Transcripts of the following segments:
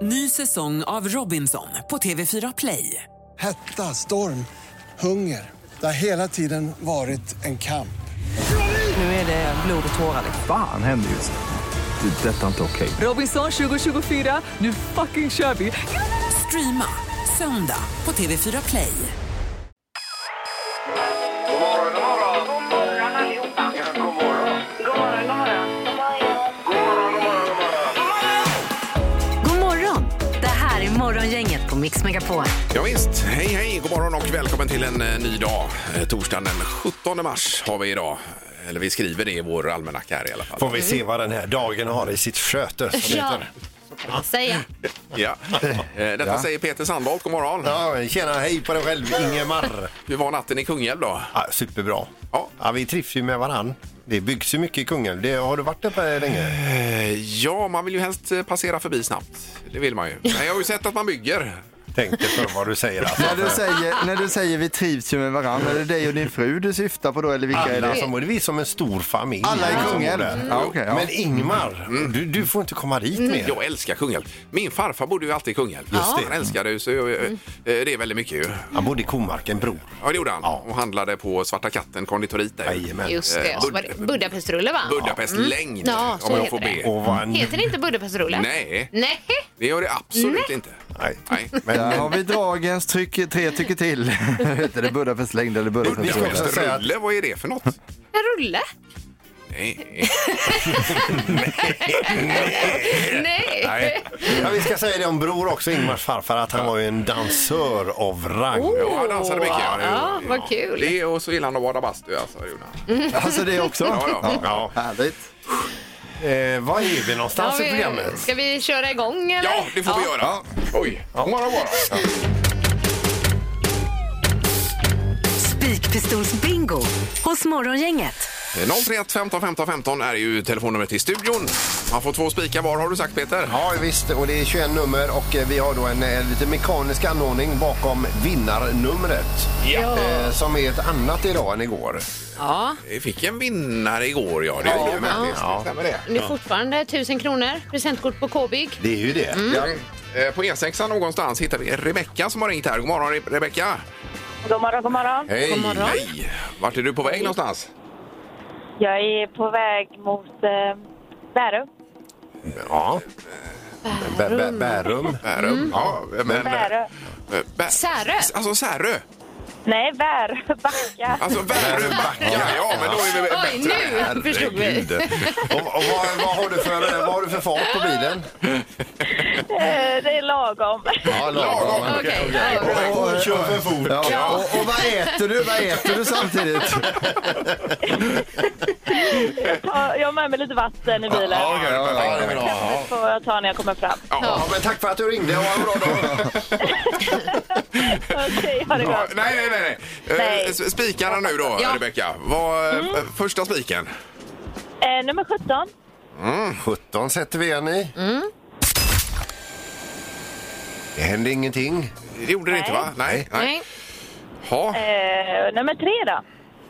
Ny säsong av Robinson på TV4 Play. Hetta, storm, hunger. Det har hela tiden varit en kamp. Nu är det blod och tårar. Fan händer just nu. Det. Detta är inte okej. Robinson 2024, nu fucking kör vi. Streama söndag på TV4 Play. Morgongänget på Mix Megapol. Ja visst, hej, god morgon och välkommen till en ny dag. Torsdagen den 17 mars har vi idag. Eller vi skriver det i vår almanacka här i alla fall. Får vi se vad den här dagen har i sitt sköte. Ja, säga. Ja. Detta säger Peter Sandholt, god morgon. Ja, tjena, hej på dig själv, Ingemar. Hur var natten i Kungälv då? Ja, superbra. Ja. Ja, vi trivs ju med varann. Det byggs ju mycket i Kungälv. Har du varit där länge? Ja, man vill ju helst passera förbi snabbt. Det vill man ju. Men jag har ju sett att man bygger. Tänk dig för vad du säger. Alltså. När du säger vi trivs ju med varandra, är det dig och din fru du syftar på då? Eller vilka är det? Som är vi som en stor familj. Alla i Kungälv? Ja, okay, ja. Men Ingmar, du får inte komma dit mer. Jag älskar Kungälv. Min farfar bodde ju alltid i Kungälv. Just det. Han älskade det, så det är väldigt mycket ju. Han bodde i Komarken, bror. Ja, det gjorde han. Ja. Och handlade på Svarta katten, konditorit där. Jajamän. Just det. Budapestrulle, va? Budapestlängd, Ja, om jag får be. Heter det inte Budapestrulle? Nej. Nej. Det gör det absolut inte. Nej. Men där har vi dragens tre tycker till. Heter det Budapestlängd eller Budapestrulle? Budapestrulle, vad är det för något? En rulle? Nej. Nej. Ja, vi ska säga det om bror också, Ingmars farfar, att han var ju en dansör av rang. Ja, han dansade mycket. Ja, vad kul. Det, och så gillar han att bada bastu. Alltså det också? Ja. Härligt. Var är vi någonstans i programmet? Ska vi köra igång eller? Ja, det får vi göra. Oj, god morgon. Spikpistolsbingo hos Morgongänget. 031 15 15 15 är ju telefonnumret till studion. Man får 2 spikar var, har du sagt, Peter? Ja visst, och det är 21 nummer och vi har då en lite mekanisk anordning bakom vinnarnumret. Ja. Som är ett annat idag än igår. Ja. Vi fick en vinnare igår, ja. Det är ju stämmer det. Det är fortfarande 1000 kronor. Presentkort på K-bygg. Det är ju det. Ja. På E6 någonstans hittar vi Rebecka som har ringt här. God morgon, Rebecka. God morgon. Hej. God morgon. Hej. Vart är du på väg någonstans? Jag är på väg mot Bärum. Ja. Bärum. Ja, men... Bärö. Särö. Alltså Särö. Nej, Backa. Alltså Backa. Ja, men då är vi bättre. Oj, nu förstod vi. Och vad har du för fart på bilen? Det är lagom. Ja, lagom. Okej. Och kör för fort. Ja. Och vad äter du samtidigt? Jag har med mig lite vatten i bilen. Det får jag ta när jag kommer fram. Ja, men tack för att du ringde och ha en bra dag. Okej, ha det gott. Nej. Spikarna nu då, Rebecka. Vad första spiken? Nummer 17. 17 sätter vi igen i. Det hände ingenting. Det gjorde det inte, va? Nej. Ha. Nummer 3 då.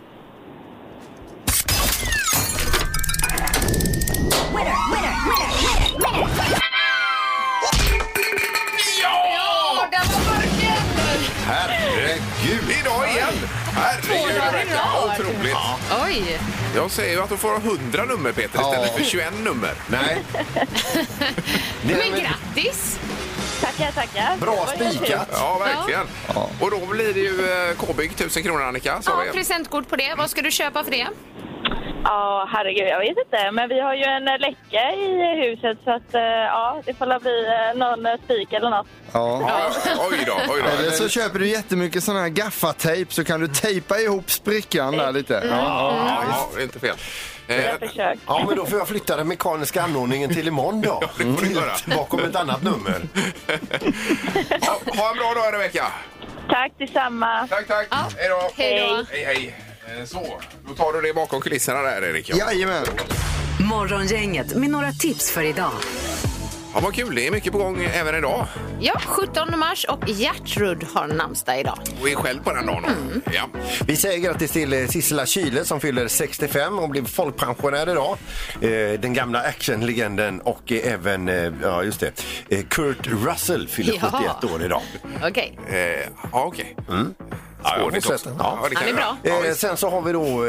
Ja! Den var verkligen. Herregud. Idag igen. Herregud, Rebecka. Otroligt. Oj. Jag säger ju att du får 100 nummer, Peter, istället för 21 nummer. Nej. Men grattis. Tackar. Bra spikat. Ja, verkligen. Ja. Och då blir det ju K-bygg 1000 kronor, Annika. Ja, presentkort på det. Vad ska du köpa för det? Ja, herregud, jag vet inte. Men vi har ju en läcka i huset så att det får bli någon spik eller något. Ja. Oj då. Eller så köper du jättemycket sån här gaffatejp så kan du tejpa ihop sprickan där lite. Ja, det är inte fel. Ja, men då får jag flytta den mekaniska anordningen till imorgon då. Ja, det får du göra. Bakom ett annat nummer. Ha en bra dag, Rebecka. Tack detsamma. Tack. Ja. Hej då. Hej. Hej. Så, då tar du det bakom kulisserna där, Erik. Jajamän. Morgongänget med några tips för idag. Ja, vad kul. Det är mycket på gång även idag. Ja, 17 mars och Gertrud har namnsdag idag. Och är själv på den dagen. Ja. Vi säger grattis till Sissela Kyle som fyller 65 och blir folkpensionär idag. Den gamla actionlegenden och även, ja just det, Kurt Russell fyller 71 år idag. Okej. Ja, okej. Skådis också. Ja, det kan Han är bra. Sen så har vi då,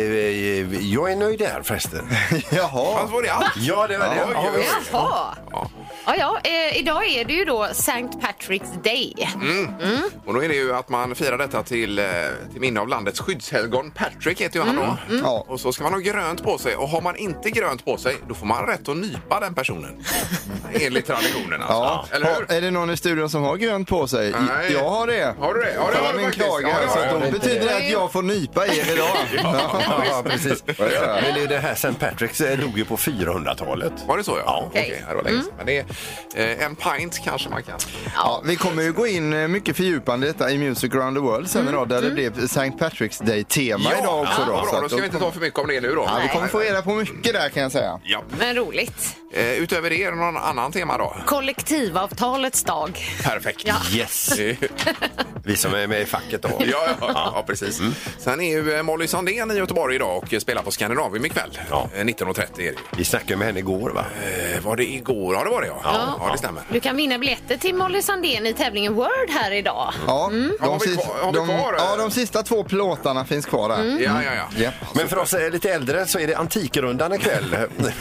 jag är nöjd där förresten. Jaha. Alltså, var det allt? Ja, det var det. Oj, oj, oj. Jaha. Ja, idag är det ju då St. Patrick's Day. Och då är det ju att man firar detta till minne av landets skyddshelgon. Patrick heter ju han då. Ja. Och så ska man ha grönt på sig. Och har man inte grönt på sig, då får man rätt att nypa den personen. Enligt traditionen alltså. Ja. Eller hur? Är det någon i studion som har grönt på sig? Nej. Jag har det. Har du det? Ja, det har du min faktiskt. krage. Ja, Så ja, då ja. betyder det att jag får nypa er idag. Ja, precis. Men det är det här, St. Patrick's dog ju på 400-talet. Var det så? Ja. Okej. Det var länge sedan. Men det är en pint kanske man kan. Ja, vi kommer ju gå in mycket fördjupande detta i Music Around the World sen idag, där det blev St. Patrick's Day-tema idag också. Ja, Då, bra. så Då att ska vi inte ta för mycket om det nu då. Ja, vi kommer få reda på mycket där kan jag säga. Ja. Men roligt. Utöver det, är det någon annan tema då? Kollektivavtalets dag. Perfekt. Ja. Yes. Vi som är med i facket då. Ja, precis. Sen är ju Molly Sandén i Göteborg idag och spelar på Skandinavium ikväll. Ja. 19.30 är det ju. Vi snackade med henne igår, va? Var det igår? Ja, det var det, ja. Ja, det stämmer. Du kan vinna biljetter till Molly Sandén i tävlingen Word här idag. Ja, Har vi kvar? ja, de sista 2 plåtarna finns kvar där. Ja. Japp. Men för oss lite äldre så är det Antikrundan ikväll.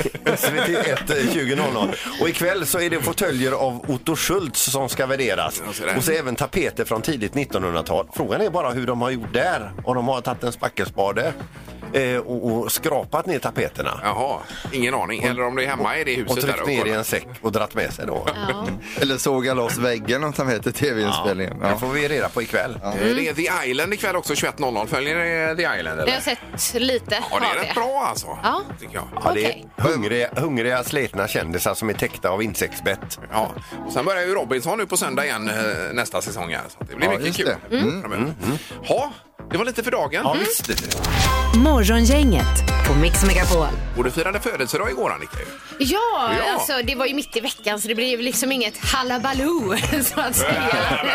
SVT1 20.00. Och ikväll så är det fåtöljer av Otto Schultz som ska värderas. Jag ser det. Och så även tapeter från tidigt 1900-tal. Frågan är bara hur de har gjort där. Och de har tagit en spackelspade och skrapat ner tapeterna. Jaha, ingen aning. Eller om det är hemma i det huset. Och tryckt där ner i en säck och dratt med sig då. Eller såga loss väggen om de heter tv-inspelningen. Det får vi reda på ikväll. Det är The Island ikväll också 21.00. Följer ni The Island? Eller? Jag har sett lite. Ja, det är av rätt bra alltså. Ja. Tycker jag. Ja, det Okej. är hungriga sletna kändisar som är täckta av insektsbett. Ja. Och sen börjar ju Robinson nu på söndag igen nästa säsong här. Så det blir mycket just kul. det. Ja, det var lite för dagen. Ja, visst. Morgongänget på Mix Megapol. Och du firade födelsedag igår, Annika. Ja, Ja. alltså det var ju mitt i veckan så det blev liksom inget halabaloo så att säga.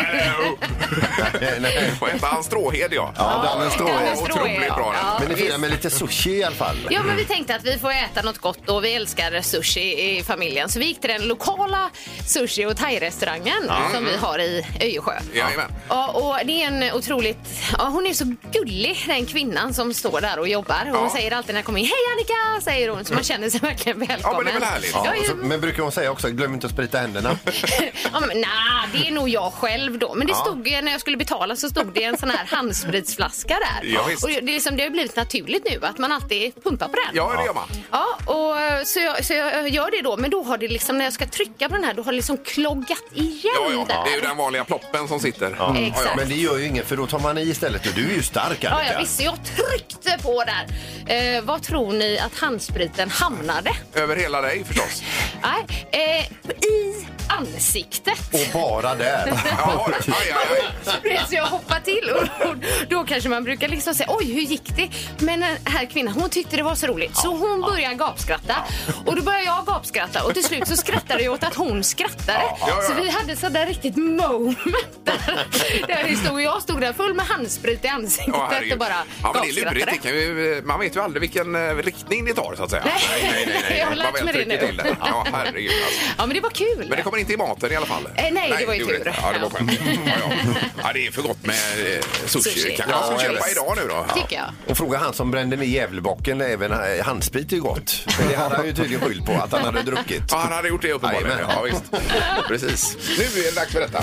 Vad heter han? Stråhed, ja. Danne Stråhed. Otroligt bra den. Ja. Men ni firar med lite sushi i alla fall. Ja, men vi tänkte att vi får äta något gott och vi älskar sushi i familjen. Så vi gick till den lokala sushi- och thai-restaurangen som vi har i Öjersjö. Jajamän. Ja, och det är en otroligt... Ja, hon är så gullig, den kvinnan som står där och jobbar. Och hon säger alltid när jag kommer in, hej Annika, säger hon. Så man känner sig verkligen välkommen. Ja, men det är väl härligt. Ja, Och så, men brukar hon säga också, glöm inte att sprita händerna. ja, men, det är nog jag själv då. Men det stod, när jag skulle betala så stod det en sån här handspritsflaska där. Ja, visst. Och det, är liksom, det har blivit naturligt nu att man alltid pumpar på den. Ja, det gör man. Ja, och så jag gör det då. Men då har det liksom, när jag ska trycka på den här, då har det liksom kloggat igen där. Det är ju den vanliga ploppen som sitter. Exakt. Men det gör ju inget, för då tar man i istället. Och du är ju stark, Ja, Annika. jag visste, jag tryckte på där. Vad tror ni att handspriten hamnade? Över hela dig förstås. Nej, i ansiktet. Och bara där. Ja, aj. Så jag hoppar till och då kanske man brukar liksom säga, oj hur gick det? Men den här kvinnan, hon tyckte det var så roligt. Så hon började gapskratta. Och då började jag gapskratta. Och till slut så skrattade jag åt att hon skrattade. Så vi hade sådär riktigt moment där det stod, jag stod där full med handsprit i ansiktet och bara men det är lurigt. gapskrattade. Det kan ju, man vet ju aldrig vilken riktning det tar så att säga. Nej. Jag har lärt mig det nu. Ja, herregud alltså. Ja, men det var kul. Men det kommer inte i maten i alla fall. Nej, det var ju tur. Ja, det var skönt. Ja, det är för gott med sushi. Kanske man ska köpa idag nu då. Tycker jag. Och fråga han som brände ner Gävlebocken, även handsprit är ju gott. Men det hade han ju tydligen skyld på att han hade druckit. Ja, han hade gjort det uppenbarligen. Jajamän. Ja, visst. Precis. Nu är det dags för detta.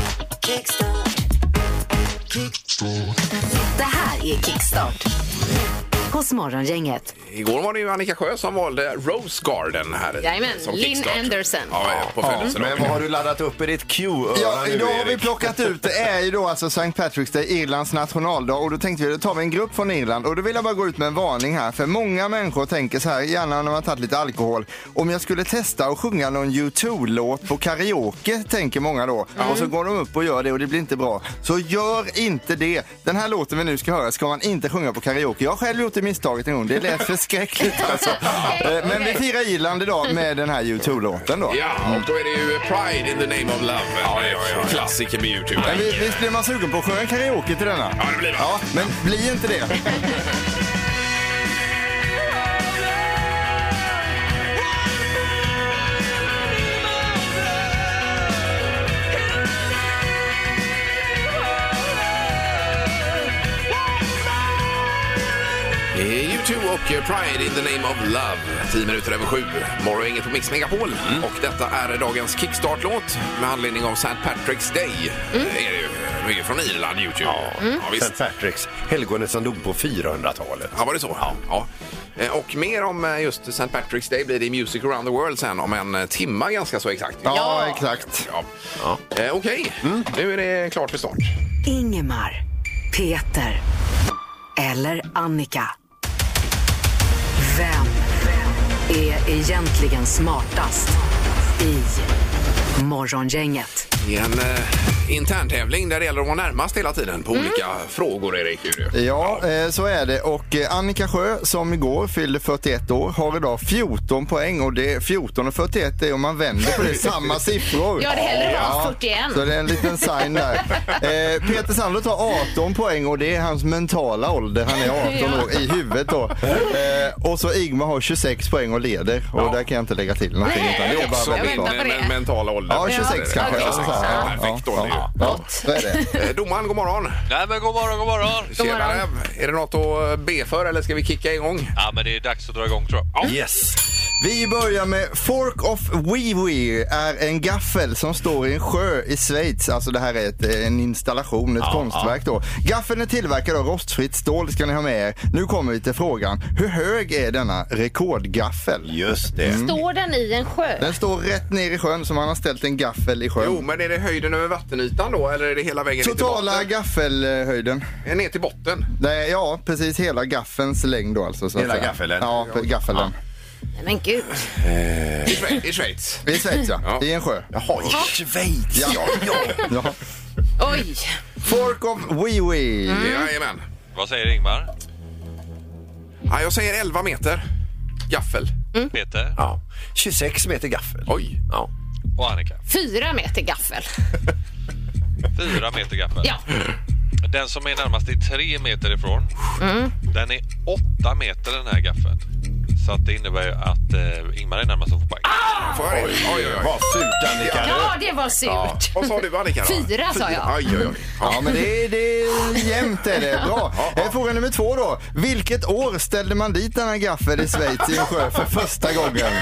Det här är Kickstart hos Morgongänget. Igår var det ju Annika Sjö som valde Rose Garden här. Jajamän, som Lynn kickstart. Anderson. Ja, på födelsedagen. Men vad har du laddat upp i ditt Q-öra Ja, nu, idag har vi Erik? plockat ut, det är ju då alltså St. Patrick's Day, Irlands nationaldag, och då tänkte vi, då tar vi en grupp från Irland, och då vill jag bara gå ut med en varning här, för många människor tänker så här, gärna när man har tagit lite alkohol, om jag skulle testa att sjunga någon U2-låt på karaoke, tänker många då, och så går de upp och gör det och det blir inte bra. Så gör inte det. Den här låten vi nu ska höra ska man inte sjunga på karaoke. Jag har själv gjort det det misstaget en gång. Det lät förskräckligt alltså. Men vi firar Irland idag med den här U2-låten då. Ja, och då är det ju Pride in the name of love. En klassiker med YouTube. Men visst blir man sugen på att sjunga en karaoke till denna? Ja, det blir man. Ja, men bli inte det. U2 och Pride in the name of love. 10 minuter över 7. Morgon inget på Mix Megapol. Och detta är dagens kickstart-låt med anledning av St. Patrick's Day. Är det ju mycket från Irland, YouTube. Ja, visst. St. Patrick's, helgonet som dog på 400-talet. Ja, var det så? Ja. Och mer om just St. Patrick's Day blir det i Music around the world sen om en timma ganska så exakt. Ja, exakt. Ja. Okej, nu är det klart för start. Ingemar, Peter eller Annika. Vem är egentligen smartast i Morgongänget? I en interntävling där det gäller att vara närmast hela tiden på olika frågor, Erik. Ja, så är det. Och Annika Sjö, som igår fyllde 41 år, har idag 14 poäng. Och det 14 och 41 är om man vänder på det samma siffror. Ja, det hellre var 41. Så det är en liten sign där. Peter Sandler tar 18 poäng och det är hans mentala ålder. Han är 18 år i huvudet då. Och så Ingmar har 26 poäng och leder. Och där kan jag inte lägga till någonting. Utan det är bara väldigt bra. Mentala ålder. Ja, 26 kanske. Perfekt ålder ju. Ja, så är det. Domaren, god morgon. Nej, men god morgon. Tjenare. Är det något att be för eller ska vi kicka igång? Ja, men det är dags att dra igång tror jag. Yes. Vi börjar med Fork of Wee är en gaffel som står i en sjö i Schweiz. Alltså det här är en installation, ett konstverk då. Gaffeln är tillverkad av rostfritt stål, ska ni ha med er. Nu kommer vi till frågan. Hur hög är denna rekordgaffel? Just det. Står den i en sjö? Den står rätt ner i sjön, som man har ställt en gaffel i sjön. Jo, men är det höjden över vattenytan då eller är det hela vägen Totala gaffelhöjden. Ner till botten? Nej, ja, precis hela gaffelns längd då alltså. Så hela gaffeln? Ja, gaffeln. Men gud. I Schweiz? I Schweiz, ja. I en sjö. Jaha, i Schweiz. Ja. Oj. Fork of Wee. Jajamän. Vad säger Ingmar? Ja, jag säger 11 meter. Gaffel. Peter? Ja. 26 meter gaffel. Oj. Ja. Och Annika? 4 meter gaffel. 4 meter gaffel. Ja. Den som är närmast är 3 meter ifrån. Den är 8 meter den här gaffeln. Så att det innebär ju att Ingmar är närmast att få poäng. Får jag det? Oj. Vad surt, Annika. Ja, det var surt. Vad sa du, Annika? 4 sa jag. Oj. Ja, men det är jämnt är det. Bra. Fråga nummer 2 då. Vilket år ställde man dit den här gaffel i Schweiz i en sjö för första gången?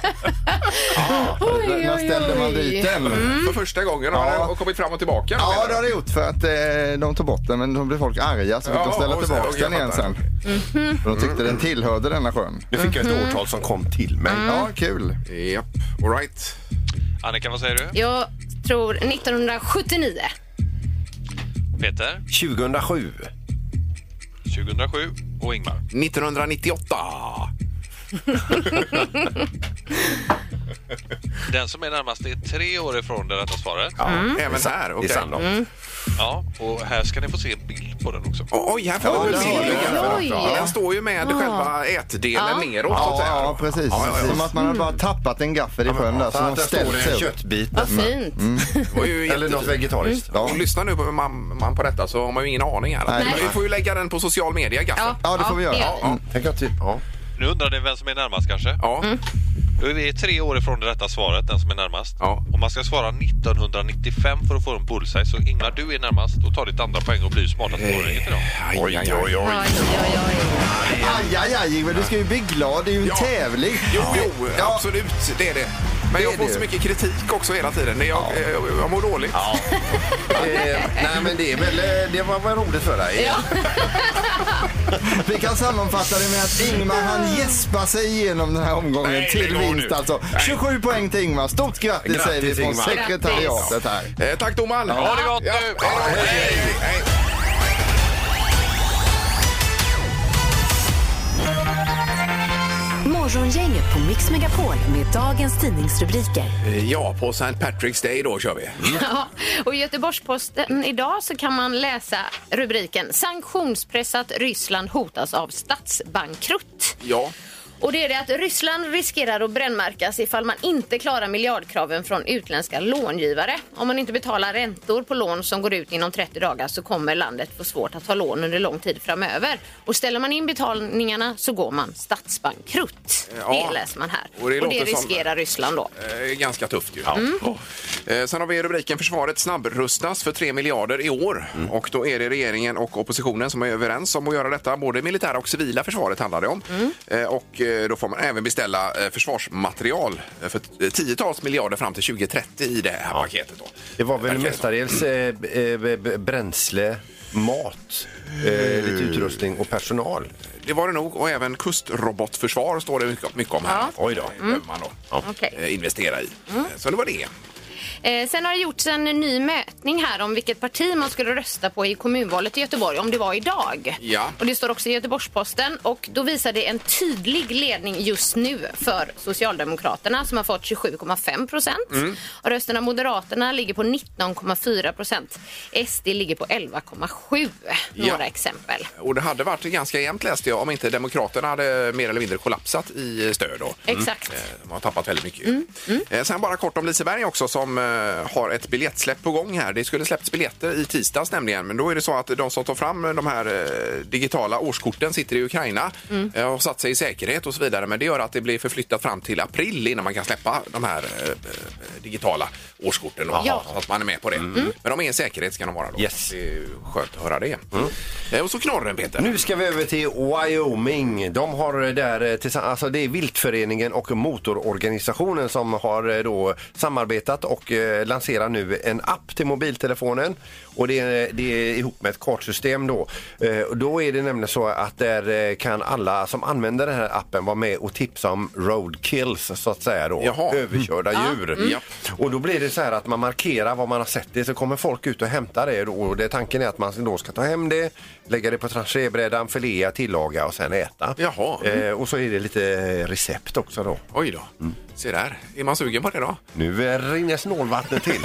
När ställde man dit den? För första gången har det kommit fram och tillbaka? Ja, det har det gjort för att de tog bort den, men då blev folk arga så fick de ställa tillbaka den igen sen. För de tyckte den tillhörde denna sjön. Nu fick jag ett årtal som kom till mig. Ja, kul. Japp, all right. Annika, vad säger du? Jag tror 1979. Peter? 2007. 2007. Och Ingmar? 1998. Den som är närmast är 3 år ifrån det rätta svaret. Ja, även här. Det är sant då. Ja, och här ska ni få se en bild på den också. Oj, här får vi se. Oj. Den står ju med själva ätdelen neråt så att säga. Ja, precis. Som att man har bara tappat en gaffel i sjön där. Så de ställt sig upp. Köttbit. Vad fint. Eller något vegetariskt. Ja. Lyssna nu man på detta så har man ju ingen aning här. Nej. Men vi får ju lägga den på social media, gaffeln. Ja, det får vi göra. Tänk att Nu undrar ni vem som är närmast kanske? Ja. Då är vi 3 år ifrån det rätta svaret, den som är närmast. Ja. Om man ska svara 1995 för att få en bullseye, så Ingmar, du är närmast och tar ditt andra poäng och blir smartast på året idag. Oj. Aj, men du ska ju bli glad. Det är ju en tävling. Jo, absolut, det är det. Men jag får så mycket kritik också hela tiden. Jag mår dåligt. Ja. Nej, men det var väl roligt för dig. Ja. Vi kan sammanfatta det med att Ingmar han gäspar sig igenom den här omgången till vinst alltså. 27 poäng till Ingmar. Stort grattis säger vi från sekretariatet här. Tack domaren. Ha det gott nu. Hej. Morgongänget på Mix Megapol med dagens tidningsrubriker. Ja, på St. Patrick's Day då kör vi. Ja, och i Göteborgs-Posten idag så kan man läsa rubriken Sanktionspressat Ryssland hotas av statsbankrutt. Ja. Och det är det att Ryssland riskerar att brännmärkas ifall man inte klarar miljardkraven från utländska långivare. Om man inte betalar räntor på lån som går ut inom 30 dagar så kommer landet få svårt att ta lån under lång tid framöver. Och ställer man in betalningarna så går man statsbankrutt. Ja. Det läser man här. Och det riskerar Ryssland då. Ganska tufft ju. Sen har vi rubriken Försvaret snabbrustas för 3 miljarder i år. Och då är det regeringen och oppositionen som är överens om att göra detta. Både militära och civila försvaret handlar det om. Och då får man även beställa försvarsmaterial för 10-tals miljarder fram till 2030 i det här paketet. Då. Det var väl mestadels bränsle, mat, lite utrustning och personal. Det var det nog, och även kustrobotförsvar står det mycket om här. Oj då. Behöver man då investera i. Så det var det. Sen har det gjorts en ny mätning här om vilket parti man skulle rösta på i kommunvalet i Göteborg, om det var idag. Ja. Och det står också i Göteborgs-Posten, och då visar det en tydlig ledning just nu för Socialdemokraterna som har fått 27,5%. Och rösterna Moderaterna ligger på 19,4%. SD ligger på 11,7%. Några exempel. Och det hade varit ganska jämnt, läste jag, om inte Demokraterna hade mer eller mindre kollapsat i stöd då. Exakt. De har tappat väldigt mycket. Sen bara kort om Liseberg också som har ett biljettsläpp på gång här. Det skulle släppts biljetter i tisdags nämligen, men då är det så att de som tar fram de här digitala årskorten sitter i Ukraina och satt sig i säkerhet och så vidare, men det gör att det blir förflyttat fram till april innan man kan släppa de här digitala årskorten så att man är med på det. Men de är i säkerhet ska de vara då. Yes. Det är skönt att höra det. Och så knorren, Peter. Nu ska vi över till Wyoming. De har där, alltså det är viltföreningen och motororganisationen som har då samarbetat och lanserar nu en app till mobiltelefonen, och det är ihop med ett kartsystem då. Då är det nämligen så att där kan alla som använder den här appen vara med och tipsa om roadkills så att säga då. Överkörda djur. Och då blir det så här att man markerar vad man har sett det, så kommer folk ut och hämtar det då, och det tanken är att man då ska ta hem det, lägga det på tranchébrädan, filea, tillaga och sen äta. Och så är det lite recept också då. Oj då. Se där. Är man sugen på det då? Nu rinner snålvattnet till.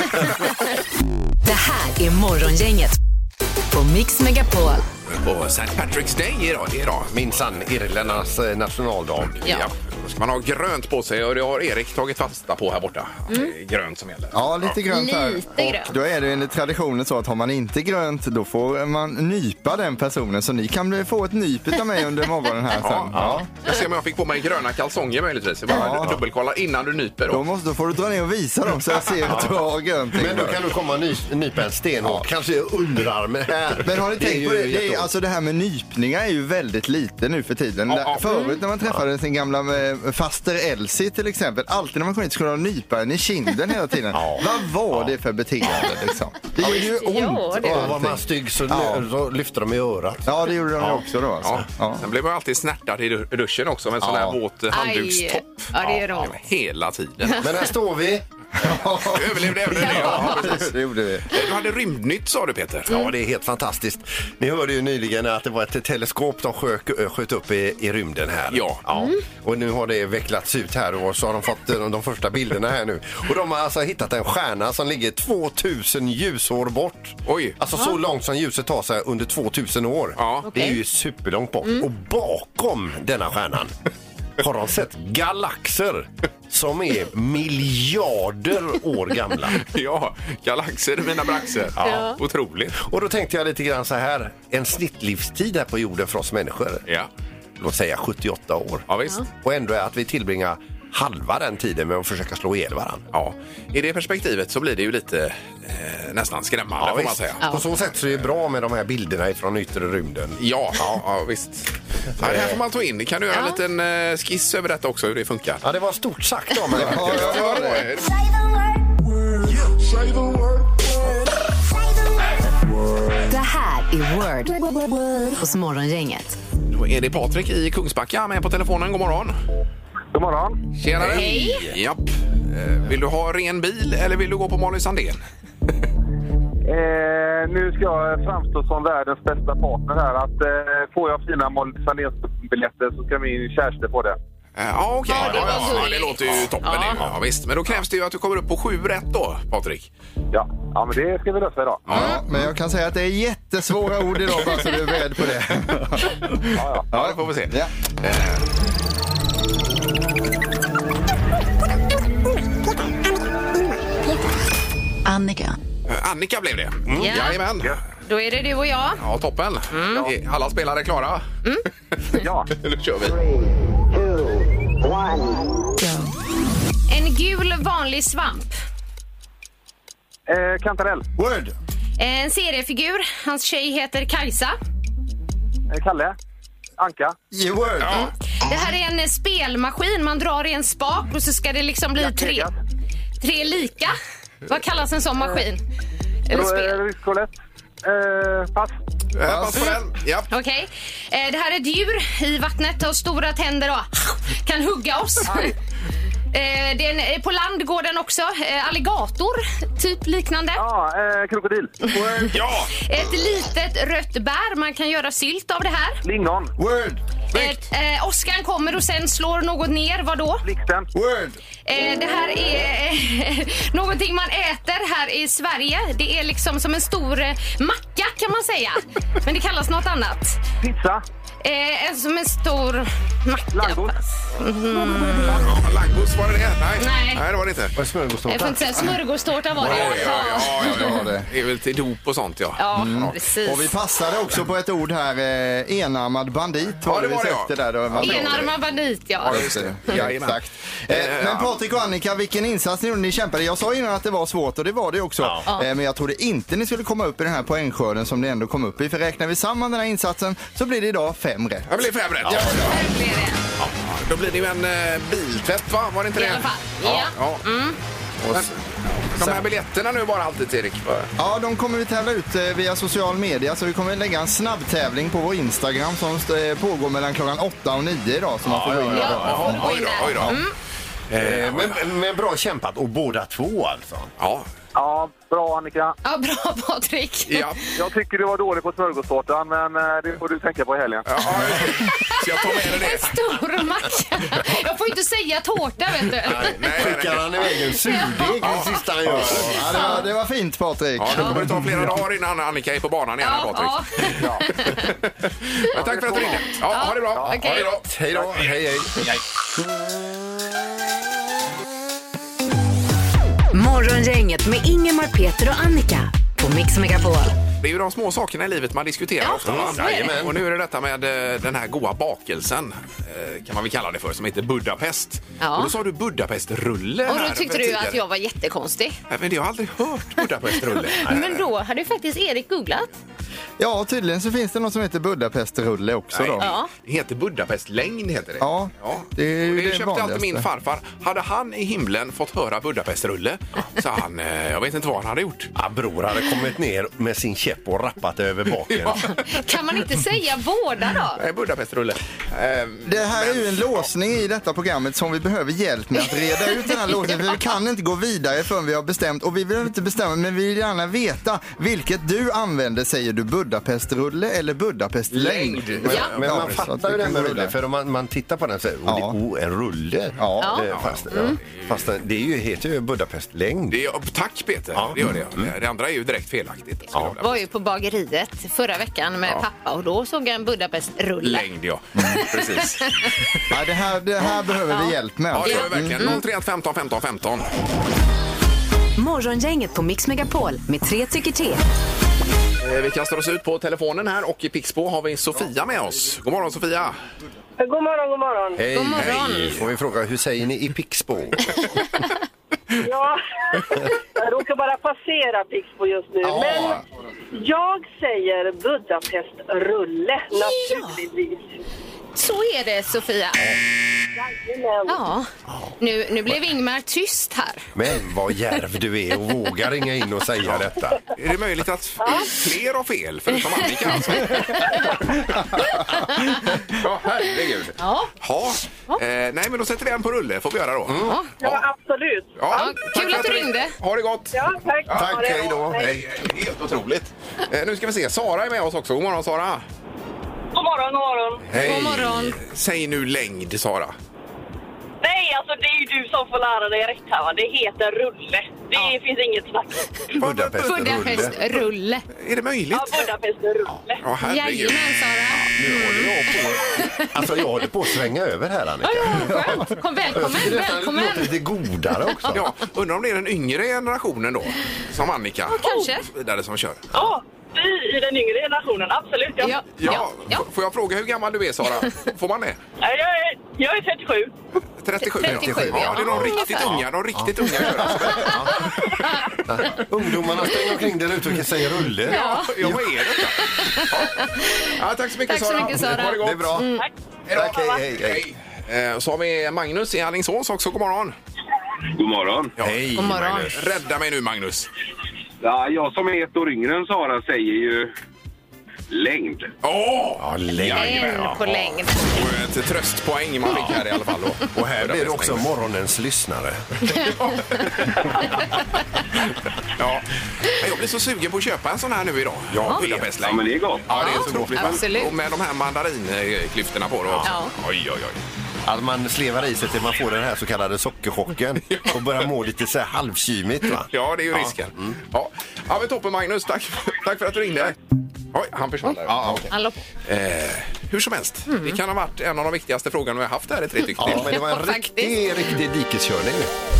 Det här är Morgongänget på Mix Megapol. På St. Patrick's Day idag. Minsann, Irländarnas nationaldag. Ja. Då ska man ha grönt på sig, och det har Erik tagit fasta på här borta. Det är grönt som gäller. Ja, lite grönt här. Lite grönt. Och då är det enligt traditionen så att har man inte grönt, då får man nypa den personen. Så ni kan få ett nyp av mig under morgonen här sen. Jag ser om jag fick på mig gröna kalsonger möjligtvis. Bara dubbelkolla innan du nyper då. Då får du dra ner och visa dem så jag ser att du har grönt. Men då kan du komma och nypa en stenhårt. Kanske underarmen här. Men har ni tänkt på det? Alltså det här med nypningar är ju väldigt lite nu för tiden. Förut när man träffade sin gamla faster Elsie till exempel, alltid när man kom hit skulle ha nypa en i kinden hela tiden. Vad var det för beteende liksom? Det gjorde ju ont. Och var man stygg så lyfte de i örat. Ja, det gjorde de också då. Alltså. Sen blev man alltid snärtad i duschen också med en sån här våt handdukstopp. Ja, det gör de. Hela tiden. Men här står vi. Du överlevde även det. Ja, det gjorde vi. Du hade rymdnytt, sa du, Peter. Ja, det är helt fantastiskt. Ni hörde ju nyligen att det var ett teleskop de sköt upp i rymden här. Ja. Och nu har det vecklats ut här, och så har de fått de första bilderna här nu. Och de har alltså hittat en stjärna som ligger 2000 ljusår bort. Oj. Alltså så långt som ljuset tar sig under 2000 år. Ja. Det är ju superlångt bort. Och bakom denna stjärnan har de sett galaxer som är miljarder år gamla. Ja, galaxer, mina braxer. Ja. Otroligt. Och då tänkte jag lite grann så här, en snittlivstid här på jorden för oss människor. Ja. Låt säga 78 år. Ja, visst. Och ändå är att vi tillbringar halva den tiden med att försöka slå ihjäl varandra. Ja, i det perspektivet så blir det ju lite nästan skrämmande får man säga. På så sätt så är det bra med de här bilderna från yttre rymden. Ja, visst. Ja, det här får man ta in. Kan du göra en liten skiss över detta också, hur det funkar? Ja, det var stort sagt då. Men Det här är Word hos Morgongänget. Då är det Patrik i Kungsbacka med på telefonen. God morgon. God morgon. Tjenare. Hej. Japp. Vill du ha ren bil eller vill du gå på Molly Sandén? Nu ska jag framstå som världens bästa partner här. Får jag fina Molly Sandén-biljetter så ska min kärste få det. Ja, okej. Ja, det var Ja, gulligt. det låter ju toppen. Ja. Ja, visst. Men då krävs det ju att du kommer upp på 7 rätt då, Patrik. Ja, men det ska vi lösa idag. Ja, men jag kan säga att det är jättesvåra ord idag, bara så du är beredd på det. Ja, det får vi se. Ja. Annika. Annika blev det. Ja. Jajamän. Då är det du och jag. Ja, toppen. Är alla spelare klara? Ja. Nu kör vi. En gul vanlig svamp. Kantarell. Word. En seriefigur. Hans tjej heter Kajsa. Kalle. Anka. Word. Ja. Det här är en spelmaskin. Man drar i en spak och så ska det liksom bli tre lika. Vad kallas en sån maskin? Eller spel? Rysk-roulette. Pass. Pass på den. Ja. Okej. Det här är ett djur i vattnet, har stora tänder och kan hugga oss. På land går den också. Alligator, typ liknande. Ja, krokodil. Ja. Ett litet rött bär, man kan göra sylt av det här. Lingon. Word. Åskan kommer och sen slår något ner, vadå? Blixten. Word. Det här är någonting man äter här i Sverige. Det är liksom som en stor macka kan man säga. Men det kallas något annat. Pizza. Som en stor macka. Langost. Langbus, var det det? Nej. Nej, det var det inte. Vad är smörgåstårta? Jag får inte säga smörgåstårta var det. Ja. Det är väl till dop och sånt, ja. Ja, precis. Och vi passade också på ett ord här, enarmad bandit. Ja, det var det, ja. Det där, då. Enarmad bandit, ja. Just det. Jajamän. Exakt. Men Patrik och Annika, vilken insats ni gjorde? Ni kämpade. Jag sa innan att det var svårt och det var det också. Ja. Men jag trodde inte ni skulle komma upp i den här poängskörden som ni ändå kom upp i. För räknar vi samman den här insatsen så blir det idag 5 rätt. Det blir 5 rätt. Här blir det. Ja. Då blir det ju en biltvätt, va? Var det inte I det? alla fall. Ja. Och de här biljetterna nu bara alltid, Erik? Ja, de kommer vi tävla ut via social media, så vi kommer lägga en snabbtävling på vår Instagram som pågår mellan klockan 8 och 9 idag. Så man får gå in och Oj då. Men bra kämpat, och båda två alltså. Ja. Ja, bra Annika. Ja, bra Patrik. Ja. Jag tycker du var dålig på smörgåstårtan, men det får du tänka på i helgen. Ja, så jag tar med det. En stor macka. Jag får inte säga tårta, vet du. Skickar han iväg en surdeg det sista han gör. Ja, det var fint, Patrik. Ja, då kommer det ta flera dagar innan Annika är på banan igen, Patrik. Ja. Men tack för att du ringde. Ja, ha det bra. Okej. Ha det bra. Hej då, hej. Morgongänget med Ingemar, Peter och Annika på Mix Megapol. Det är ju de små sakerna i livet man diskuterar Ja, ofta. Va? så är det. Jajamän. Och nu är det detta med den här goda bakelsen, kan man väl kalla det för, som heter Budapest. Ja. Och då sa du Budapest-rulle Och här då tyckte för du tidigare. att jag var jättekonstig. Nej, men jag har aldrig hört Budapest-rulle. Men då hade ju faktiskt Erik googlat. Ja, tydligen så finns det något som heter Budapest-rulle också då. Ja. Det heter Budapest-längd, heter det. Ja, det är ju och det det köpte alltid vanligaste. min farfar. Hade han i himlen fått höra Budapest-rulle, så han, jag vet inte vad han hade gjort. Ja, bror hade kommit ner med sin käpp och rappat över baken. Kan man inte säga båda då? Budapest-rulle. Det här är ju en låsning i detta programmet som vi behöver hjälp med att reda ut den här låsningen. För vi kan inte gå vidare förrän vi har bestämt. Och vi vill inte bestämma, men vi vill gärna veta vilket du använder. Säger du Budapest-rulle eller Budapest-längd? Ja. Men man så att fattar vi ju det kan med gå rulle, vidare. för om man tittar på den så är en rulle. Ja. Fast det heter ju Budapest-längd. Det är, tack Peter, det gör det. Det andra är ju direkt felaktigt. Ja. Jag var ju på bageriet förra veckan med pappa och då såg jag en Budapest-rulle. Längd, ja. Precis. Ja, det här behöver vi hjälp med. Ja, det gör vi verkligen. 031 15 15 15. Morgongänget på Mix Megapol med 3 tycker till. Vi kastar oss ut på telefonen här och i Pixbo har vi Sofia med oss. God morgon Sofia. God morgon, god morgon. Hej, God morgon. hej. Får vi fråga, hur säger ni i Pixbo? Ja, jag råkar bara passera Pixbo just nu. Ja. Men jag säger Budapest-rulle, naturligtvis. Så är det, Sofia. Ja. Nu blev Ingmar tyst här. Men vad järv du är och vågar ringa in och säga detta. Är det möjligt att fler har fel förutom Annika alltså? Ja, herregud. Ja. Nej, men då sätter vi en på rulle, får vi göra då. Ja, absolut. Ja, Kul att du ringde. Ha det gott. Ja, tack. Tack, hej då. Hej. Helt otroligt. Nu ska vi se, Sara är med oss också. God morgon Sara. God morgon, god morgon. Hej. God morgon. Säg nu längd, Sara. alltså det är ju du som får lära dig rätt här, va? Det heter rulle. Det finns inget snack. Budapest-rulle. Är det möjligt? Ja, Budapest-rulle. Ja, herregud. Jajamän, Sara. Nu håller jag på. Alltså jag håller på att svänga över här, Annika. Kom, välkommen. Det låter lite godare också. Ja, undrar om det är den yngre generationen då, som Annika. Kanske. Och vidare som kör. Ja, vi i den yngre generationen, absolut. Ja. Får jag fråga hur gammal du är, Sara? Får man det? Jag är 37. 37. 37, ja. Det är de riktigt unga kör. Ungdomarna stänger omkring där ute och säger rulle. Ja, vad är det? Ja, tack så mycket, Tack så mycket, Sara. Ha det gott. Det är bra. Tack. Tack, hej. Så har vi Magnus i Alingsås också. God morgon. God morgon. Ja. Hej, God morgon. Magnus. Rädda mig nu, Magnus. Ja, jag som är ett år yngre än Sara säger ju längd. Ja, En på längd. Och ett tröstpoäng man fick här i alla fall då. Och här blir det också morgonens lyssnare. Ja. Jag blir så sugen på att köpa en sån här nu idag. Ja, Budapestlängd. men det är gott. Ja, det är så otroligt. Absolut. Och med de här mandarinklyftorna på det också. Ja. Oj. Att man slevar i sig till man får den här så kallade sockerchocken och börjar må lite så här halvkymigt, va? Ja, det är ju risken. Ja, men toppen, Magnus. Tack för att du ringde. Oj, han försvann där. Ja, okej. Hallå. Hur som helst, det kan ha varit en av de viktigaste frågorna vi har haft här i 3 tycker Ja, men det var en riktig dikeskörning.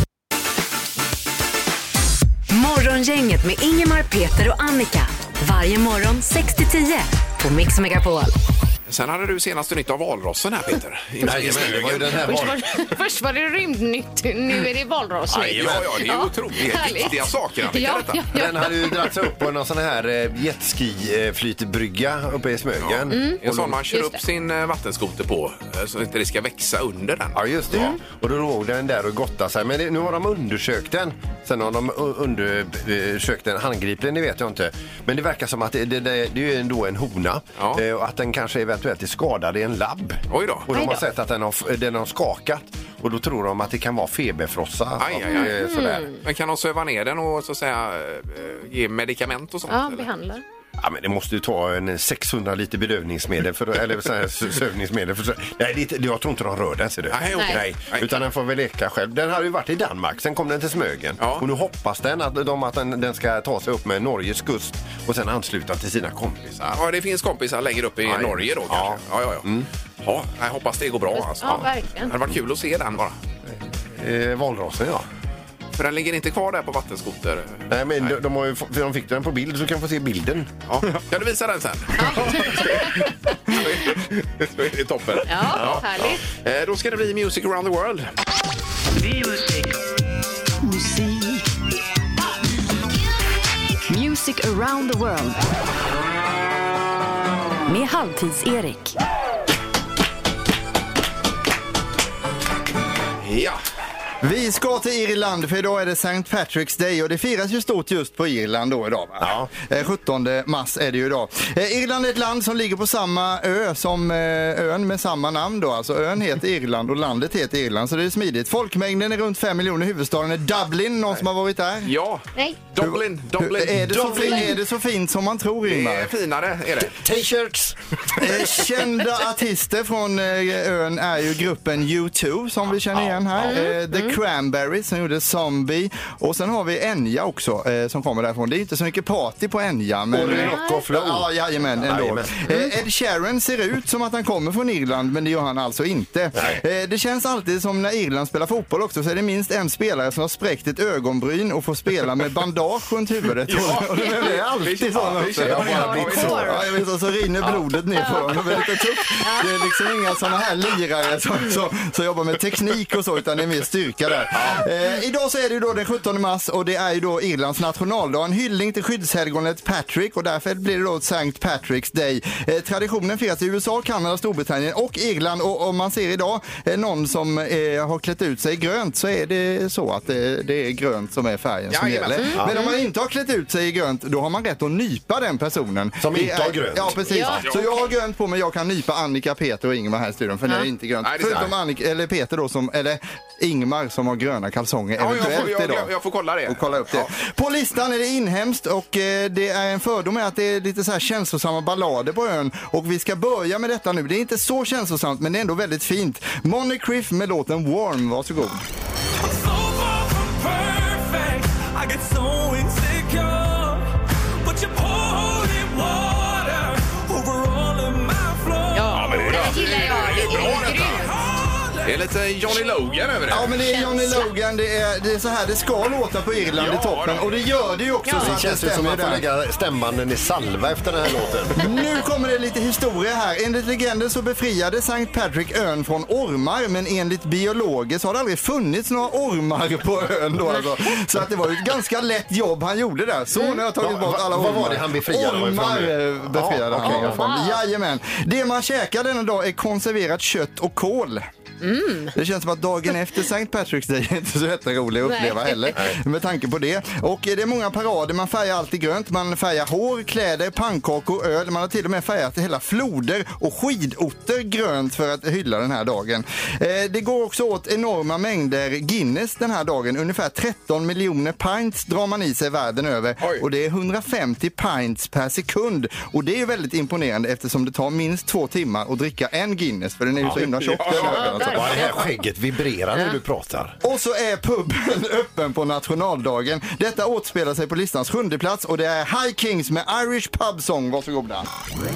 Morgongänget med Ingemar, Peter och Annika. Varje morgon 6-10 på Mix Megapol. Sen hade du senaste nytt av valrossen här, Peter. Nej, men det var ju den här Först var det rymdnytt, nu är det valrossnytt. Ja, det är ju otroligt viktiga saker. Ja. Den hade ju dragits upp på någon sån här jetski-flytbrygga uppe i Smögen. En sån man kör Just upp det. sin vattenskoter på så att inte det ska växa under den. Ja, just det. Och då låg den där och gottade sig. Men nu har de undersökt den. Sen har de undersökt den handgripligen, det vet jag inte. Men det verkar som att det är ju ändå en hona. Ja. Och att den kanske eventuellt är skadad i en labb. Oj då. Och de har sett att den har skakat. Och då tror de att det kan vara feberfrossa. Sådär. Men kan de söva ner den och så att säga ge medicament och sånt? Ja, eller? behandlar. Ja, men det måste ju ta en 600 liter bedövningsmedel eller så här sövningsmedel. Nej, jag tror inte de rör den, ser du. Nej. Utan den får väl leka själv. Den har ju varit i Danmark, sen kom den till Smögen. Ja. Och nu hoppas den att den ska ta sig upp med Norges kust och sen ansluta till sina kompisar. Ja, det finns kompisar längre upp i Norge då kanske. Ja. Ja, jag hoppas det går bra. Alltså. Ja, verkligen. Det hade varit kul att se den bara. Valrossen, ja. För den ligger inte kvar där på vattenskoter. Nej, men de fick den på bild, så kan få se bilden. Ja. Kan du visa den sen? Så är det toppen. Ja, härligt. Då ska det bli Music around the world. Music around the world. Med Halvtids-Erik. Ja. Vi ska till Irland för idag är det St. Patrick's Day och det firas ju stort just på Irland då idag. Va? Ja. 17 mars är det ju idag. Irland är ett land som ligger på samma ö som ön med samma namn då. Alltså ön heter Irland och landet heter Irland, så det är smidigt. Folkmängden är runt 5 miljoner, huvudstaden är Dublin. Någon som har varit där? Ja. Nej. Dublin. Är det så fint som man tror, Ingmar? Det är finare, är det. T-shirts! Kända artister från ön är ju gruppen U2 som vi känner igen här. The Cranberries som gjorde Zombie. Och sen har vi Enya också som kommer därifrån. Det är inte så mycket party på Enya. Men Rock och flow. Ja, jajamän, ändå. Ed Sheeran ser ut som att han kommer från Irland, men det gör han alltså inte. Det känns alltid som när Irland spelar fotboll också, så är det minst en spelare som har spräckt ett ögonbryn och får spela med bandage runt huvudet. Och det är alltid så. Så rinner blodet ner på dem. Det är lite tufft. Det är liksom inga sådana här lirare som jobbar med teknik och så, utan det är mer styrka där. Idag så är det ju då den 17 mars och det är ju då Irlands nationaldag. En hyllning till skyddshelgonet Patrick och därför blir det då St. Patrick's Day. Traditionen firas i USA, Kanada, Storbritannien och Irland, och om man ser idag någon som har klätt ut sig grönt, så är det så att det är grönt som är färgen som gäller. Men om man inte har klätt ut sig i grönt, då har man rätt att nypa den personen. Som inte har grönt. Ja, precis. Så jag grönt på, men jag kan nypa Annika, Peter och Ingmar här i studion, för det är inte grönt. Nej, det är förutom Annika, eller Peter då, eller Ingmar som har gröna kalsonger eventuellt idag. Jag får kolla det. Och kolla upp det. Ja. På listan är det inhemskt och det är en fördom med att det är lite så här känslosamma ballader på ön. Och vi ska börja med detta nu. Det är inte så känslosamt, men det är ändå väldigt fint. Moneycriff med låten Warm, varsågod. Ja, men det gillar jag. Det är bra detta. Det är lite Johnny Logan över det. Ja, men det är Johnny Logan. Det är så här det ska låta på Irland i toppen. Och det gör det ju också. Så det känns ju som att man får lägga stämbanden i salva efter den här låten. Nu kommer det lite historia här. Enligt legenden så befriade St. Patrick ön från ormar. Men enligt biologer så har det aldrig funnits några ormar på ön då. Alltså. Så att det var ju ett ganska lätt jobb han gjorde där. Så nu har jag tagit bort alla ormar. Vad var det han befriade? Ormar befriade han ifrån. Jajamän. Det man käkar denna dag är konserverat kött och kål. Det känns som att dagen efter St. Patrick's Day är inte så jätterolig att uppleva heller med tanke på det. Och det är många parader, man färgar alltid grönt, man färgar hår, kläder, pannkakor, öl, man har till och med färgat hela floder och skidotter grönt för att hylla den här dagen. Det går också åt enorma mängder Guinness den här dagen, ungefär 13 miljoner pints drar man i sig världen över. Och det är 150 pints per sekund och det är väldigt imponerande eftersom det tar minst 2 timmar att dricka en Guinness, för den är ju så himla tjock den ölen. Ja, det här skägget vibrerar när du pratar. Och så är puben öppen på nationaldagen. Detta åtspelar sig på listans 7:e plats och det är High Kings med Irish Pub Song. Varsågoda.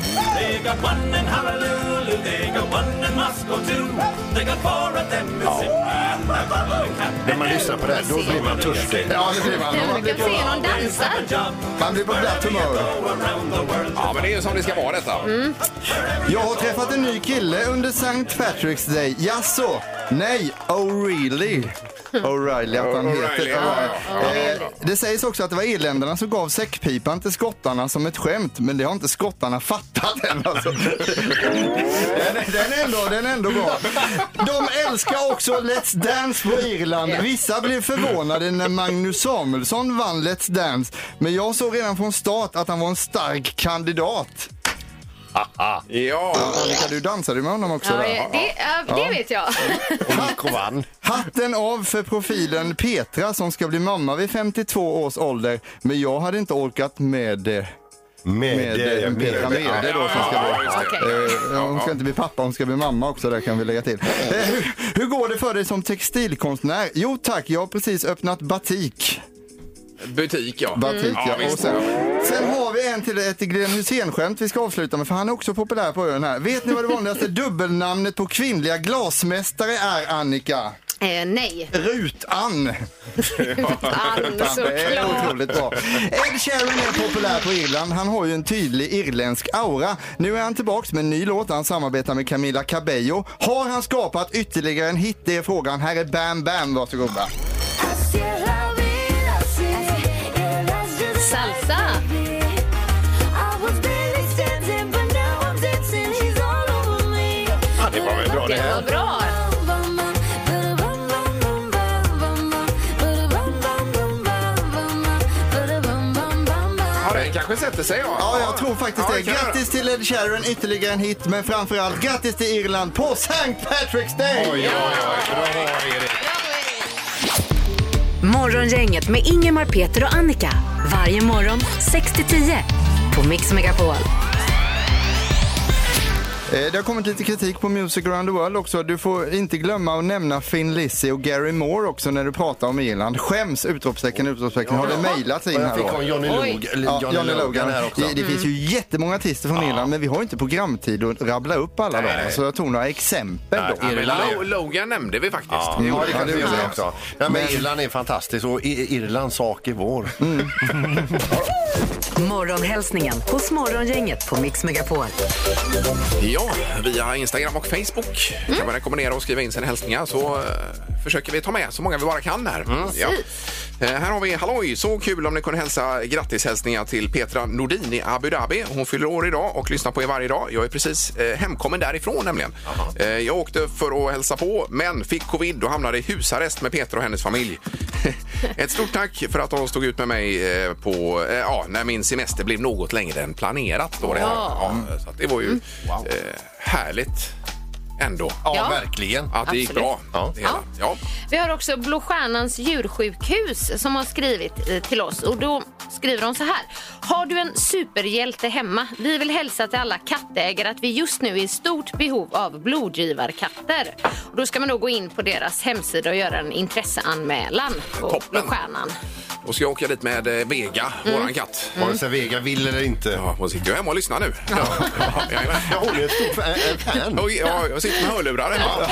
När man lyssnar på det här, då blir man törstig. Ja, det blir man. Du kan se någon dansa. Man blir på glatt humör. Ja, men det är ju som det ska vara detta. Jag har träffat en ny kille under St. Patrick's Day. Jaså? Nej, O'Reilly. O'Reilly, att han heter. Det sägs också att det var irländarna som gav säckpipan till skottarna som ett skämt, men det har inte skottarna fattat än. Alltså. Den är ändå bra. De älskar också Let's Dance på Irland. Vissa blev förvånade när Magnus Samuelsson vann Let's Dance, men jag såg redan från start att han var en stark kandidat. Ja. Annika, du dansade med honom också. Det vet jag. Hatten av för profilen Petra som ska bli mamma vid 52 års ålder. Men jag hade inte orkat med Petra Mede då som ska bli. Hon ska inte bli pappa, hon ska bli mamma också, där kan vi lägga till. Hur går det för dig som textilkonstnär? Jo tack, jag har precis öppnat batik. Butik, ja. Batik, och sen har vi en till ett Glenn Hussein-skämt vi ska avsluta med, för han är också populär på ön här. Vet ni vad det vanligaste dubbelnamnet på kvinnliga glasmästare är, Annika? Nej. Rutan. Det är otroligt bra. Ed Sheeran är populär på Irland. Han har ju en tydlig irländsk aura. Nu är han tillbaks med en ny låt. Han samarbetar med Camila Cabello. Har han skapat ytterligare en hit? Det är frågan. Här är Bam Bam. Varsågoda. Salsa. Det var väl bra det här. Det var bra. Den kanske sätter sig, Ja, jag tror faktiskt det. Grattis till Ed Sheeran, ytterligare en hit, men framförallt grattis till Irland på St. Patrick's Day! Oj, bra, Erik. Morgongänget med Ingemar, Peter och Annika. Varje morgon 6-10 på Mix Megapol. Det har kommit lite kritik på Music Around the World också. Du får inte glömma att nämna Finn Lizzy och Gary Moore också när du pratar om Irland. Skäms, utropstecken. Har det mejlats in här då? Jag fick om Johnny Logan här också. Det finns ju jättemånga artister från Irland, men vi har inte programtid att rabbla upp alla dem. Så jag tog några exempel då. Logan nämnde vi faktiskt. Ja, det kan vi göra också. Ja, men Irland är fantastiskt och Irlands sak är vår. Morgonhälsningen hos Morgongänget på Mix Megapol. Ja, via Instagram och Facebook kan man rekommendera att skriva in sina hälsningar, så försöker vi ta med så många vi bara kan här. Ja. Här har vi, halloj, så kul om ni kunde hälsa grattishälsningar till Petra Nordin i Abu Dhabi. Hon fyller år idag och lyssnar på er varje dag. Jag är precis hemkommen därifrån nämligen. Jag åkte för att hälsa på, men fick covid och hamnade i husarrest med Petra och hennes familj. Ett stort tack för att de stod ut med mig när min semester blev något längre än planerat. Står det här. Ja, så att det var ju härligt ändå. Ja, verkligen. Att det gick bra. Ja. Vi har också Blå Stjärnans djursjukhus som har skrivit till oss. Och då skriver de så här. Har du en superhjälte hemma? Vi vill hälsa till alla kattägare att vi just nu är i stort behov av blodgivarkatter. Och då ska man då gå in på deras hemsida och göra en intresseanmälan på Blå Stjärnan. Och ska jag åka dit med Vega, våran katt. Vare sig Vega vill eller inte. Ja, hon sitter ju hemma och lyssnar nu. Ja, hon är ett stort fan. Ja, jag sitter med hörlurar hemma.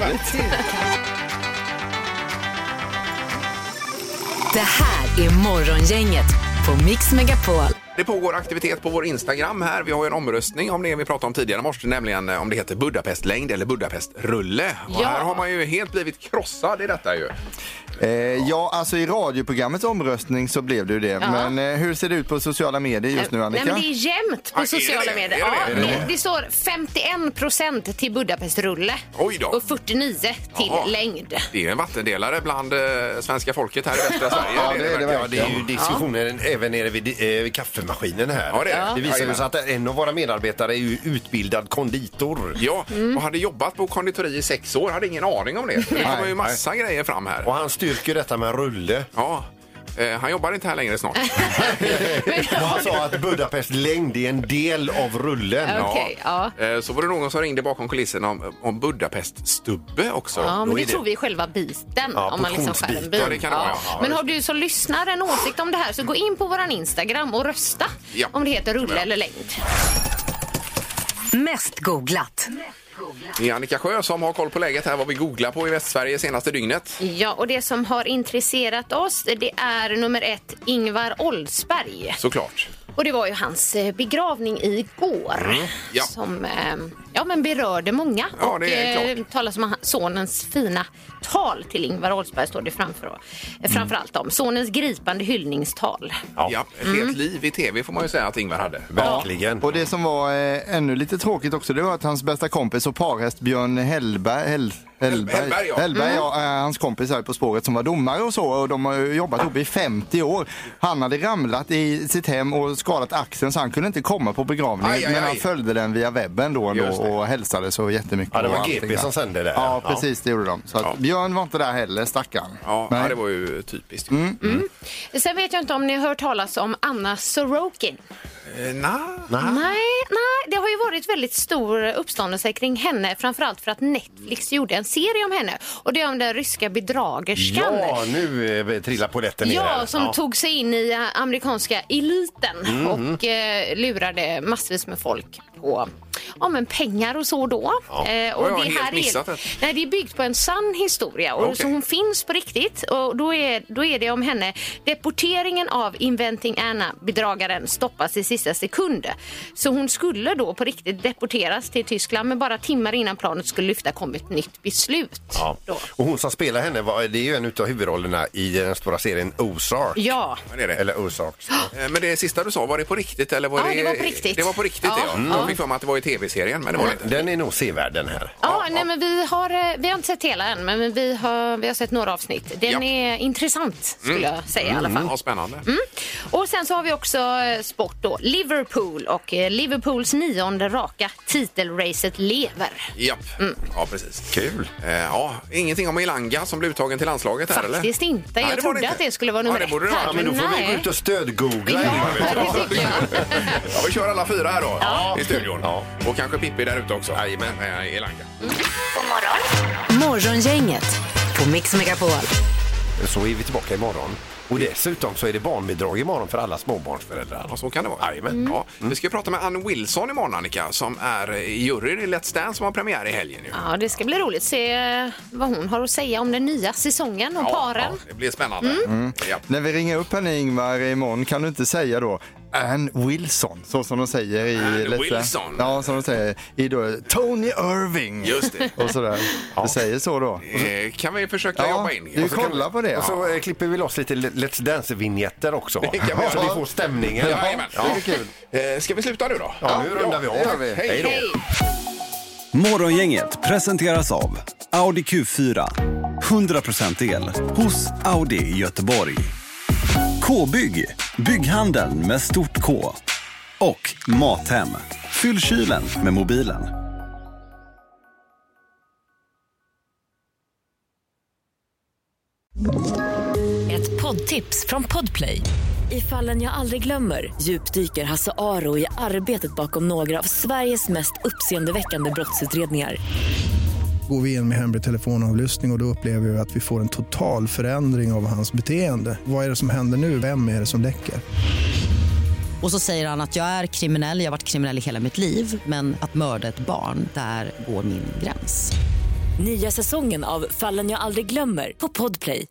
Det här är Morgongänget på Mix Megapol. Det pågår aktivitet på vår Instagram här. Vi har ju en omröstning om det vi pratade om tidigare i morse, nämligen om det heter Budapestlängd eller Budapestrulle. Och här har man ju helt blivit krossad i detta ju. Ja, alltså i radioprogrammets omröstning så blev det ju det. Ja. Men hur ser det ut på sociala medier just nu, Annika? Nej, men det är jämnt på sociala medier. Det står 51% till Budapestrulle. Oj då. Och 49% till längd. Det är en vattendelare bland svenska folket här i västra Sverige. Det är ju diskussioner även nere vid kaffemaskinen här. Ja, det visar ju sig att en av våra medarbetare är ju utbildad konditor. Ja, och hade jobbat på konditori i 6 år. Hade ingen aning om det. Det kommer ju massa grejer fram här. Och han styrker detta med rulle. Ja. Han jobbar inte här längre snart. Han sa att Budapest längd är en del av rullen. Okay, ja. Så var det någon som ringde bakom kulissen om Budapest-stubbe också. Ja, men det tror vi är själva biten. Om man liksom skär en bit. Ja, det kan det vara. Ja. Men har du som lyssnar en åsikt om det här så gå in på våran Instagram och rösta om det heter rulle eller längd. Mest googlat. Det är Annika Sjö som har koll på läget här, vad vi googlar på i Västsverige senaste dygnet. Ja, och det som har intresserat oss, det är nummer 1, Ingvar Oldsberg. Såklart. Och det var ju hans begravning igår som men berörde många. Ja, och det är klart. talas om sonens fina tal till Ingvar Oldsberg står det framförallt om. Sonens gripande hyllningstal. Ja, ett helt liv i tv får man ju säga att Ingvar hade. Verkligen. Och det som var ännu lite tråkigt också, det var att hans bästa kompis och parhäst Björn Hellberg, hans kompis här På spåret som var domare och så, och de har jobbat ihop i 50 år. Han hade ramlat i sitt hem och skadat axeln så han kunde inte komma på begravningen, men han följde den via webben då och hälsade så jättemycket. Ja, det var GP som sände det. Ja, precis, det gjorde de. Så att Björn var inte där heller, stackarn. Ja, det var ju typiskt. Sen vet jag inte om ni har hört talas om Anna Sorokin. Nej, det har ju varit väldigt stor uppståndelse kring henne, framförallt för att Netflix gjorde en serie om henne, och det är om den ryska bedragerskan. Ja, nu trillar polletten ner. Ja, som tog sig in i amerikanska eliten och lurade massvis med folk på pengar och så då. Och det här det är byggt på en sann historia och så hon finns på riktigt, och då är det om henne. Deporteringen av Inventing Anna-bedragaren stoppas i sista sekund. Så hon skulle då på riktigt deporteras till Tyskland, men bara timmar innan planet skulle lyfta kom ett nytt beslut. Ja. Och hon som spelar henne det är ju en av huvudrollerna i den stora serien Ozark. Ja. Eller Ozarks. Men det sista du sa, var det på riktigt? Eller var det var på riktigt. Det var på riktigt, Jag fick för mig att det var i tv-serien, men det var det inte. Den är nog sevärd den här. Nej, men vi har inte sett hela än, men vi har sett några avsnitt. Den är intressant, skulle jag säga i alla fall. Ja, spännande. Och sen så har vi också sport då. Liverpool och Liverpools 9:e raka titelracet lever. Japp, ja precis. Kul. Ingenting om Elanga som blev uttagen till landslaget här, eller? Faktiskt inte. Jag trodde att det skulle vara nummer 1. Ja, men då får vi gå ut och stödgoogla. Ja, vi kör alla 4 här då i studion. Och kanske Pippi där ute också. Jajamän, Elanga. God morgon. Morgongänget på Mix Megapol. Så är vi tillbaka imorgon. Och dessutom så är det barnbidrag imorgon för alla småbarnsföräldrar. Ja, så kan det vara. Ja. Vi ska prata med Ann Wilson imorgon, Annika, som är jury i Let's Dance som har premiär i helgen. Ja, det ska bli roligt. Se vad hon har att säga om den nya säsongen och paren. Ja, det blir spännande. Ja. När vi ringer upp henne, Ingvar, imorgon, kan du inte säga då Ann Wilson, så som de säger i Ann Wilson? Ja, som de säger i då Tony Irving. Just det. Och sådär. Du säger så då. Kan vi försöka jobba in? Vi kollar på det. Och så klipper vi loss lite Let's Dance-vignetter också. Det kan vi så vi får stämningen. Det är kul. Ska vi sluta nu då? Ja, nu rundar vi av. Hej då. Morgongänget presenteras av Audi Q4. 100% el hos Audi i Göteborg. K-bygg, bygghandeln med stort K. Och Mathem, fyll kylen med mobilen. Ett poddtips från Podplay. I Fallen jag aldrig glömmer djupdyker Hasse Aro i arbetet bakom några av Sveriges mest uppseendeväckande brottsutredningar. Går vi in med hemlig telefonavlyssning och då upplever vi att vi får en total förändring av hans beteende. Vad är det som händer nu? Vem är det som läcker? Och så säger han att jag är kriminell, jag har varit kriminell i hela mitt liv. Men att mörda ett barn, där går min gräns. Nya säsongen av Fallen jag aldrig glömmer på Podplay.